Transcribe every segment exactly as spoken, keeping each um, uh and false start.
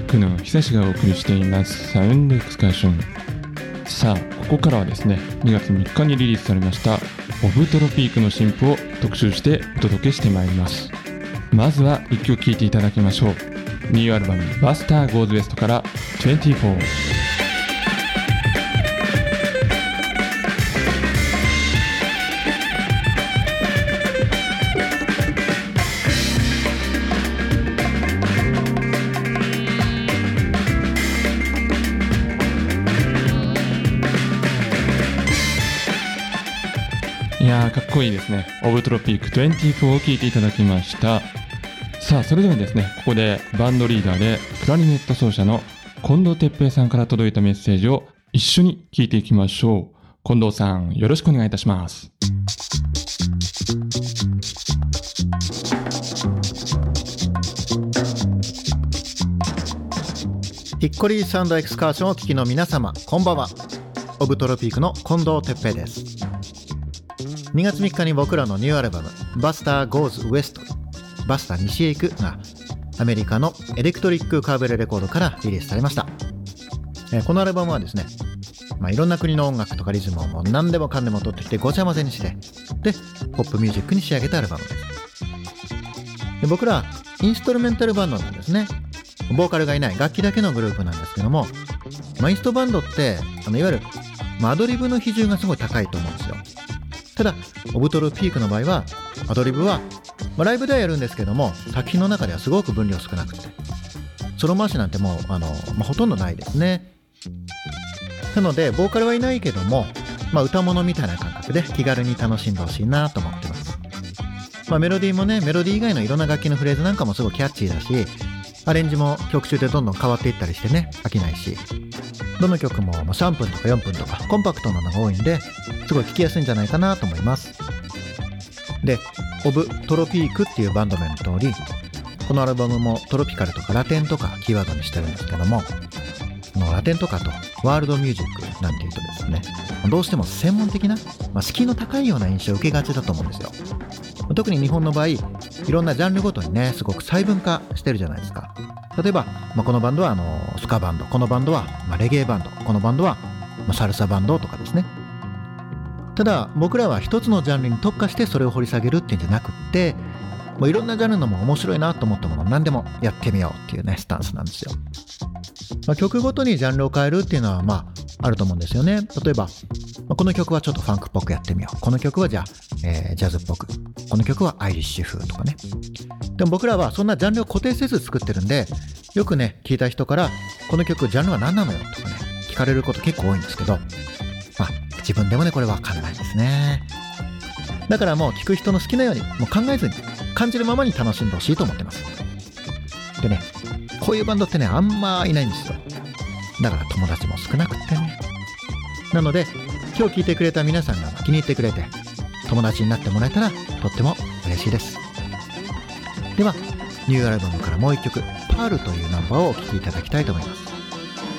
クの久しがお送りしていますサウンドエクスカーション。さあここからはですね、にがつみっかにリリースされましたオブトロピークの新譜を特集してお届けしてまいります。まずはいっきょく聴いていただきましょう。ニューアルバムバスターゴーズウエストからにじゅうよん。いやーかっこいいですね。オブトロピークにじゅうよんを聴いていただきました。さあそれではですね、ここでバンドリーダーでクラリネット奏者の近藤哲平さんから届いたメッセージを一緒に聞いていきましょう。近藤さん、よろしくお願いいたします。 ヒッコリーサウンドエクスカーションをお聞きの皆様、こんばんは。オブトロピークの近藤哲平です。にがつみっかに僕らのニューアルバムバスターゴーズウエスト、バスター西へ行くがアメリカのエレクトリックカーベルレコードからリリースされました。えー、このアルバムはですね、まあ、いろんな国の音楽とかリズムをもう何でもかんでも取ってきてごちゃ混ぜにしてでポップミュージックに仕上げたアルバムです。で僕らはインストルメンタルバンドなんですね。ボーカルがいない楽器だけのグループなんですけども、まあ、インストバンドってあのいわゆる、まあ、アドリブの比重がすごい高いと思うんですよ。ただオブトロピークの場合はアドリブは、まあ、ライブではやるんですけども作品の中ではすごく分量少なくてソロ回しなんてもうあの、まあ、ほとんどないですね。なのでボーカルはいないけども、まあ、歌物みたいな感覚で気軽に楽しんでほしいなと思ってます。まあ、メロディーもね、メロディー以外のいろんな楽器のフレーズなんかもすごいキャッチーだし、アレンジも曲中でどんどん変わっていったりしてね、飽きないし、どの曲もさんぷんとかよんぷんとかコンパクトなのが多いんですごい聴きやすいんじゃないかなと思います。で、オブトロピークっていうバンド名の通り、このアルバムもトロピカルとかラテンとかキーワードにしてるんですけども、このラテンとかとワールドミュージックなんていうとですね、どうしても専門的な、まあ、敷居の高いような印象を受けがちだと思うんですよ。特に日本の場合、いろんなジャンルごとにね、すごく細分化してるじゃないですか。例えば、まあ、このバンドはあのスカバンド、このバンドはまあレゲエバンド、このバンドはまあサルサバンドとかですね。ただ僕らは一つのジャンルに特化してそれを掘り下げるっていうんじゃなくって、もういろんなジャンルのも面白いなと思ったものを何でもやってみようっていうねスタンスなんですよ。まあ、曲ごとにジャンルを変えるっていうのはまああると思うんですよね。例えば、まあ、この曲はちょっとファンクっぽくやってみよう、この曲はじゃあ、えー、ジャズっぽく、この曲はアイリッシュ風とかね。でも僕らはそんなジャンルを固定せず作ってるんで、よくね聞いた人からこの曲ジャンルは何なのよとかね聞かれること結構多いんですけど、まあ自分でもねこれ分かんないですね。だからもう聞く人の好きなようにもう考えずに感じるままに楽しんでほしいと思ってます。でね、こういうバンドってねあんまいないんですよ。だから友達も少なくってね。なので今日聞いてくれた皆さんが気に入ってくれて友達になってもらえたらとっても嬉しいです。ではニューアルバムからもう一曲、パールというナンバーをお聴きいただきたいと思います。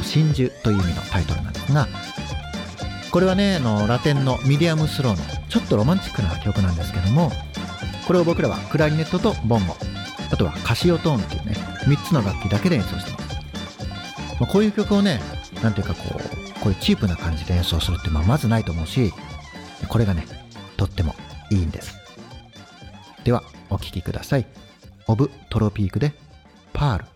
真珠という意味のタイトルなんですが、これはねあのラテンのミディアムスローのちょっとロマンチックな曲なんですけども、これを僕らはクラリネットとボンゴ、あとはカシオトーンっていうねみっつの楽器だけで演奏してます。まあ、こういう曲をねなんていうかこうこういうチープな感じで演奏するってまあまずないと思うし、これがねとってもいいんです。ではお聴きください。オブトロピークでパール。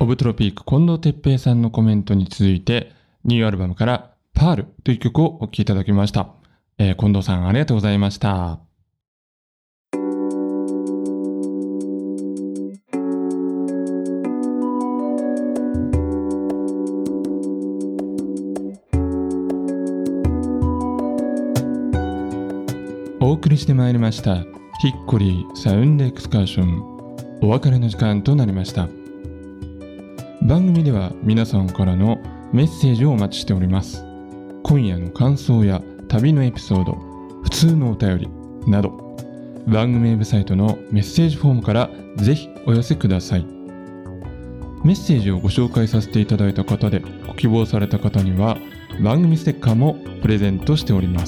オブトロピーク近藤哲平さんのコメントに続いて、ニューアルバムからパールという曲をお聴きいただきました。えー、近藤さんありがとうございました。お送りしてまいりましたヒッコリーサウンドエクスカーション、お別れの時間となりました。番組では皆さんからのメッセージをお待ちしております。今夜の感想や旅のエピソード、普通のお便りなど、番組ウェブサイトのメッセージフォームからぜひお寄せください。メッセージをご紹介させていただいた方でご希望された方には番組ステッカーもプレゼントしております。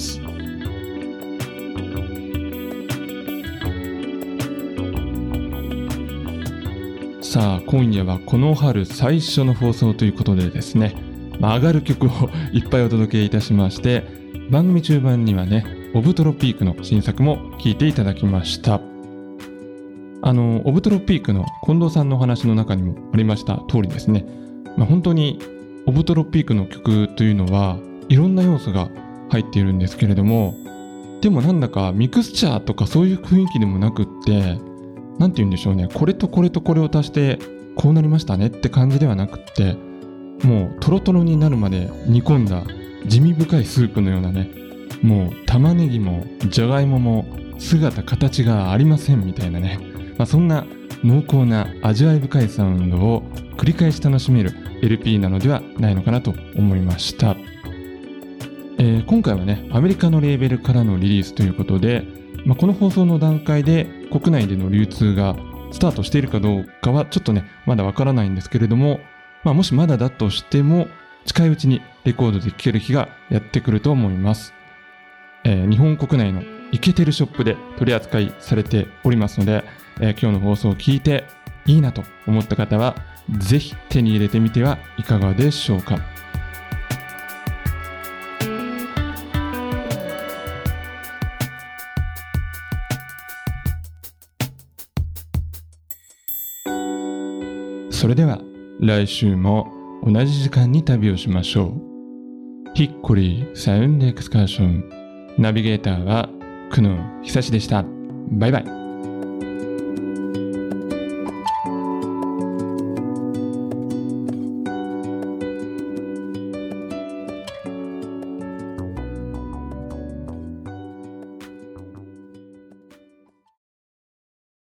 さあ今夜はこの春最初の放送ということでですね、まあ、上がる曲をいっぱいお届けいたしまして、番組中盤にはねオブトロピークの新作も聴いていただきました。あのオブトロピークの近藤さんのお話の中にもありました通りですね、まあ、本当にオブトロピークの曲というのはいろんな要素が入っているんですけれども、でもなんだかミクスチャーとかそういう雰囲気でもなくって、なんて言うんでしょうね、これとこれとこれを足してこうなりましたねって感じではなくって、もうトロトロになるまで煮込んだ地味深いスープのようなね、もう玉ねぎもじゃがいもも姿形がありませんみたいなね、まあ、そんな濃厚な味わい深いサウンドを繰り返し楽しめる エルピー なのではないのかなと思いました。えー、今回はねアメリカのレーベルからのリリースということで、まあ、この放送の段階で国内での流通がスタートしているかどうかはちょっとねまだわからないんですけれども、まあ、もしまだだとしても近いうちにレコードで聴ける日がやってくると思います。えー、日本国内のイケてるショップで取り扱いされておりますので、えー、今日の放送を聞いていいなと思った方はぜひ手に入れてみてはいかがでしょうか。それでは来週も同じ時間に旅をしましょう。ヒッコリーサウンドエクスカーション、ナビゲーターは久野久志でした。バイバイ。